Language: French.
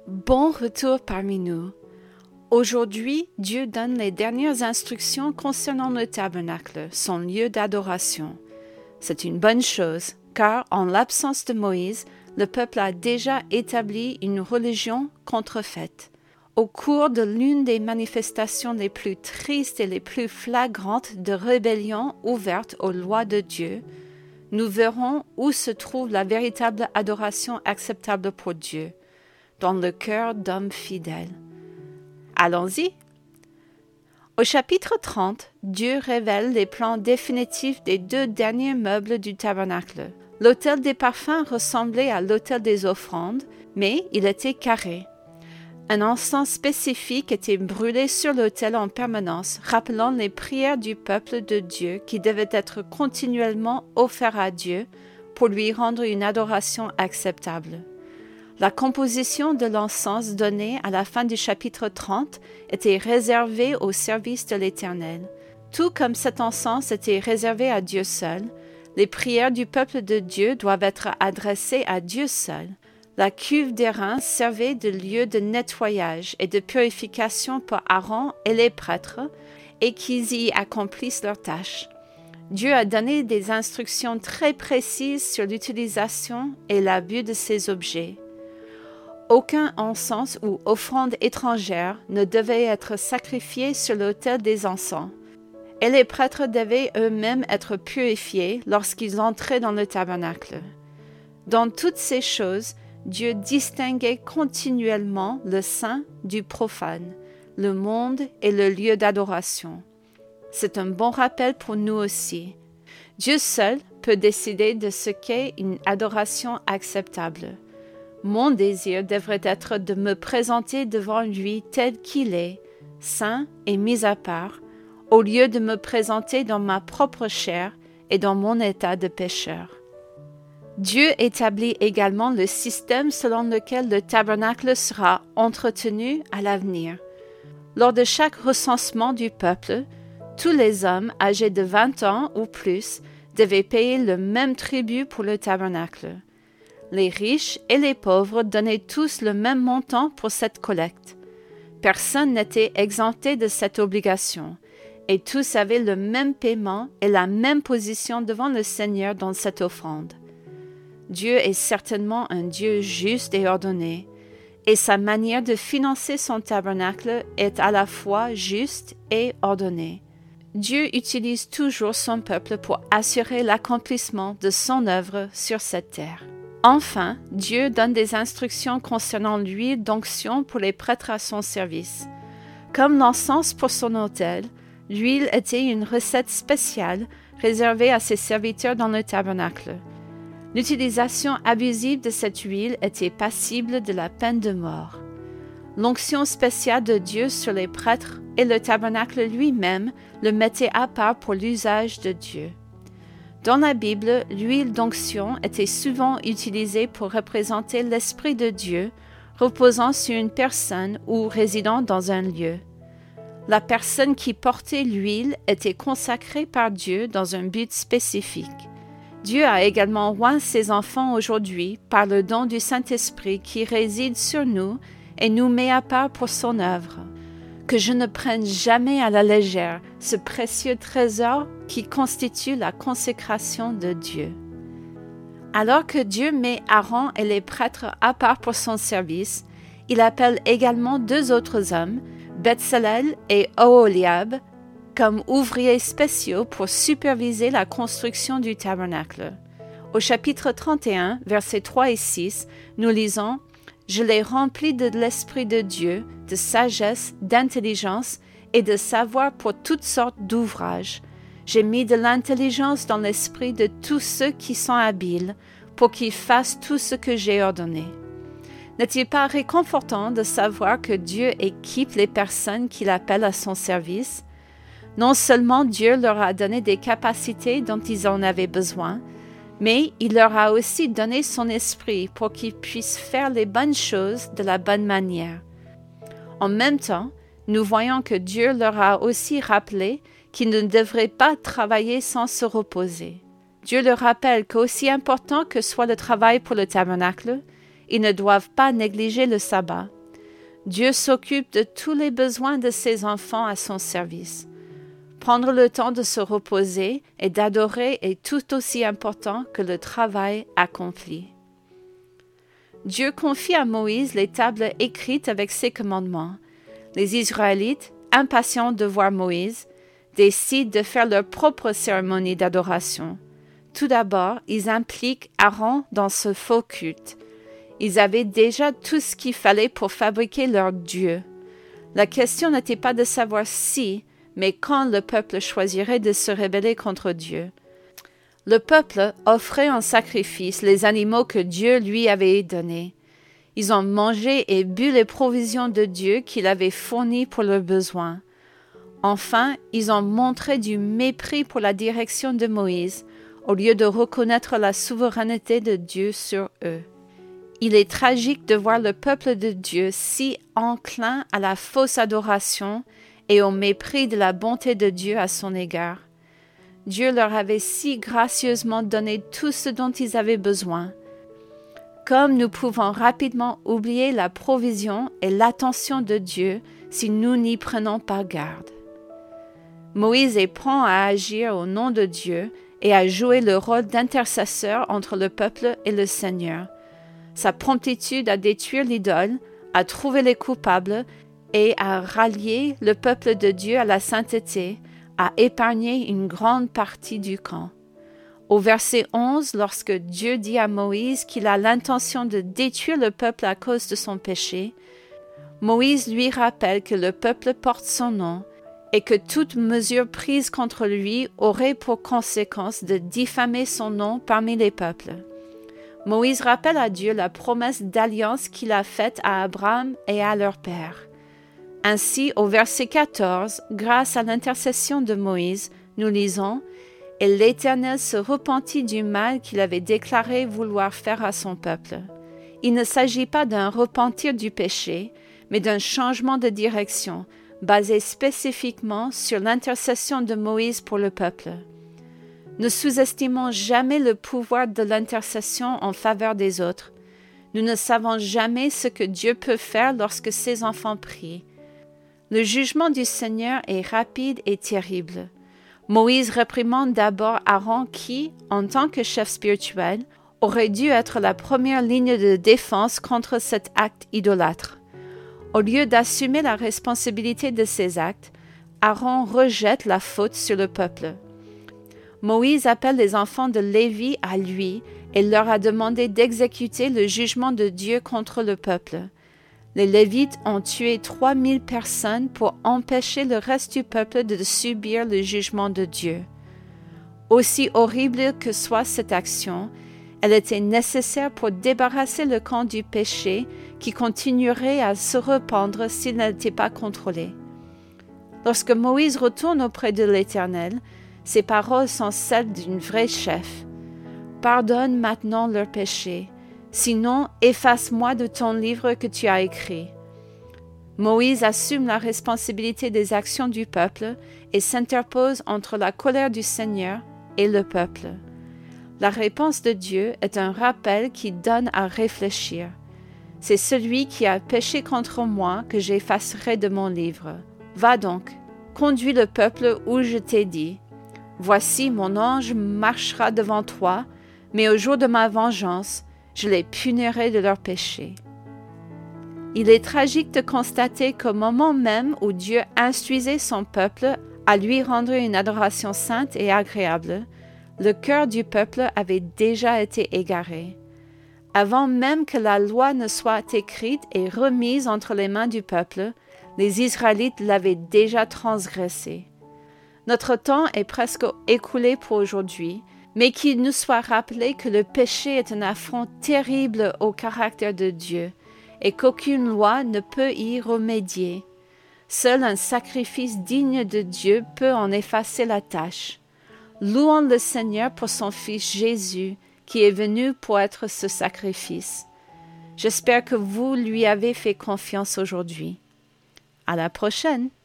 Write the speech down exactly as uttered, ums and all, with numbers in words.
Bon retour parmi nous. Aujourd'hui, Dieu donne les dernières instructions concernant le tabernacle, son lieu d'adoration. C'est une bonne chose, car en l'absence de Moïse, le peuple a déjà établi une religion contrefaite. Au cours de l'une des manifestations les plus tristes et les plus flagrantes de rébellion ouverte aux lois de Dieu, nous verrons où se trouve la véritable adoration acceptable pour Dieu, dans le cœur d'hommes fidèles. Allons-y. Au chapitre trente, Dieu révèle les plans définitifs des deux derniers meubles du tabernacle. L'autel des parfums ressemblait à l'autel des offrandes, mais il était carré. Un encens spécifique était brûlé sur l'autel en permanence, rappelant les prières du peuple de Dieu qui devaient être continuellement offertes à Dieu pour lui rendre une adoration acceptable. La composition de l'encens donnée à la fin du chapitre trente était réservée au service de l'Éternel. Tout comme cet encens était réservé à Dieu seul, les prières du peuple de Dieu doivent être adressées à Dieu seul. La cuve d'airain servait de lieu de nettoyage et de purification pour Aaron et les prêtres, et qu'ils y accomplissent leurs tâches. Dieu a donné des instructions très précises sur l'utilisation et l'abus de ces objets. Aucun encens ou offrande étrangère ne devait être sacrifié sur l'autel des encens, et les prêtres devaient eux-mêmes être purifiés lorsqu'ils entraient dans le tabernacle. Dans toutes ces choses, Dieu distinguait continuellement le saint du profane, le monde et le lieu d'adoration. C'est un bon rappel pour nous aussi. Dieu seul peut décider de ce qu'est une adoration acceptable. Mon désir devrait être de me présenter devant lui tel qu'il est, saint et mis à part, au lieu de me présenter dans ma propre chair et dans mon état de pécheur. Dieu établit également le système selon lequel le tabernacle sera entretenu à l'avenir. Lors de chaque recensement du peuple, tous les hommes âgés de vingt ans ou plus devaient payer le même tribut pour le tabernacle. Les riches et les pauvres donnaient tous le même montant pour cette collecte. Personne n'était exempté de cette obligation, et tous avaient le même paiement et la même position devant le Seigneur dans cette offrande. Dieu est certainement un Dieu juste et ordonné, et sa manière de financer son tabernacle est à la fois juste et ordonnée. Dieu utilise toujours son peuple pour assurer l'accomplissement de son œuvre sur cette terre. Enfin, Dieu donne des instructions concernant l'huile d'onction pour les prêtres à son service. Comme l'encens pour son autel, l'huile était une recette spéciale réservée à ses serviteurs dans le tabernacle. L'utilisation abusive de cette huile était passible de la peine de mort. L'onction spéciale de Dieu sur les prêtres et le tabernacle lui-même le mettait à part pour l'usage de Dieu. Dans la Bible, l'huile d'onction était souvent utilisée pour représenter l'Esprit de Dieu reposant sur une personne ou résidant dans un lieu. La personne qui portait l'huile était consacrée par Dieu dans un but spécifique. Dieu a également oint ses enfants aujourd'hui par le don du Saint-Esprit qui réside sur nous et nous met à part pour son œuvre. Que je ne prenne jamais à la légère ce précieux trésor qui constitue la consécration de Dieu. Alors que Dieu met Aaron et les prêtres à part pour son service, il appelle également deux autres hommes, Bezalel et Oholiab, comme ouvriers spéciaux pour superviser la construction du tabernacle. Au chapitre trente et un, versets trois et six, nous lisons « Je l'ai rempli de l'Esprit de Dieu, de sagesse, d'intelligence et de savoir pour toutes sortes d'ouvrages. J'ai mis de l'intelligence dans l'esprit de tous ceux qui sont habiles, pour qu'ils fassent tout ce que j'ai ordonné. » N'est-il pas réconfortant de savoir que Dieu équipe les personnes qu'il appelle à son service? Non seulement Dieu leur a donné des capacités dont ils en avaient besoin, mais il leur a aussi donné son esprit pour qu'ils puissent faire les bonnes choses de la bonne manière. En même temps, nous voyons que Dieu leur a aussi rappelé qu'ils ne devraient pas travailler sans se reposer. Dieu leur rappelle qu'aussi important que soit le travail pour le tabernacle, Ils ne doivent pas négliger le sabbat. Dieu s'occupe de tous les besoins de ses enfants à son service. Prendre le temps de se reposer et d'adorer est tout aussi important que le travail accompli. Dieu confie à Moïse les tables écrites avec ses commandements. Les Israélites, impatients de voir Moïse, décident de faire leur propre cérémonie d'adoration. Tout d'abord, ils impliquent Aaron dans ce faux culte. Ils avaient déjà tout ce qu'il fallait pour fabriquer leur Dieu. La question n'était pas de savoir si, mais quand le peuple choisirait de se rebeller contre Dieu. Le peuple offrait en sacrifice les animaux que Dieu lui avait donnés. Ils ont mangé et bu les provisions de Dieu qu'il avait fournies pour leurs besoins. Enfin, ils ont montré du mépris pour la direction de Moïse, au lieu de reconnaître la souveraineté de Dieu sur eux. Il est tragique de voir le peuple de Dieu si enclin à la fausse adoration et au mépris de la bonté de Dieu à son égard. Dieu leur avait si gracieusement donné tout ce dont ils avaient besoin. Comme nous pouvons rapidement oublier la provision et l'attention de Dieu si nous n'y prenons pas garde. Moïse est prompt à agir au nom de Dieu et à jouer le rôle d'intercesseur entre le peuple et le Seigneur. Sa promptitude à détruire l'idole, à trouver les coupables et à rallier le peuple de Dieu à la sainteté, a épargné une grande partie du camp. Au verset onze, lorsque Dieu dit à Moïse qu'il a l'intention de détruire le peuple à cause de son péché, Moïse lui rappelle que le peuple porte son nom et que toute mesure prise contre lui aurait pour conséquence de diffamer son nom parmi les peuples. Moïse rappelle à Dieu la promesse d'alliance qu'il a faite à Abraham et à leur père. Ainsi, au verset quatorze, grâce à l'intercession de Moïse, nous lisons « Et l'Éternel se repentit du mal qu'il avait déclaré vouloir faire à son peuple. » Il ne s'agit pas d'un repentir du péché, mais d'un changement de direction, basé spécifiquement sur l'intercession de Moïse pour le peuple. Ne sous-estimons jamais le pouvoir de l'intercession en faveur des autres. Nous ne savons jamais ce que Dieu peut faire lorsque ses enfants prient. Le jugement du Seigneur est rapide et terrible. Moïse réprimande d'abord Aaron qui, en tant que chef spirituel, aurait dû être la première ligne de défense contre cet acte idolâtre. Au lieu d'assumer la responsabilité de ses actes, Aaron rejette la faute sur le peuple. Moïse appelle les enfants de Lévi à lui et leur a demandé d'exécuter le jugement de Dieu contre le peuple. Les Lévites ont tué trois mille personnes pour empêcher le reste du peuple de subir le jugement de Dieu. Aussi horrible que soit cette action, elle était nécessaire pour débarrasser le camp du péché qui continuerait à se répandre s'il n'était pas contrôlé. Lorsque Moïse retourne auprès de l'Éternel, ses paroles sont celles d'un vrai chef. « Pardonne maintenant leurs péchés, sinon efface-moi de ton livre que tu as écrit. » Moïse assume la responsabilité des actions du peuple et s'interpose entre la colère du Seigneur et le peuple. La réponse de Dieu est un rappel qui donne à réfléchir. C'est celui qui a péché contre moi que j'effacerai de mon livre. Va donc, conduis le peuple où je t'ai dit. Voici mon ange marchera devant toi, mais au jour de ma vengeance, je les punirai de leurs péchés. Il est tragique de constater qu'au moment même où Dieu instruisait son peuple à lui rendre une adoration sainte et agréable, le cœur du peuple avait déjà été égaré. Avant même que la loi ne soit écrite et remise entre les mains du peuple, les Israélites l'avaient déjà transgressée. Notre temps est presque écoulé pour aujourd'hui, mais qu'il nous soit rappelé que le péché est un affront terrible au caractère de Dieu et qu'aucune loi ne peut y remédier. Seul un sacrifice digne de Dieu peut en effacer la tâche. Louons le Seigneur pour son Fils Jésus, qui est venu pour être ce sacrifice. J'espère que vous lui avez fait confiance aujourd'hui. À la prochaine!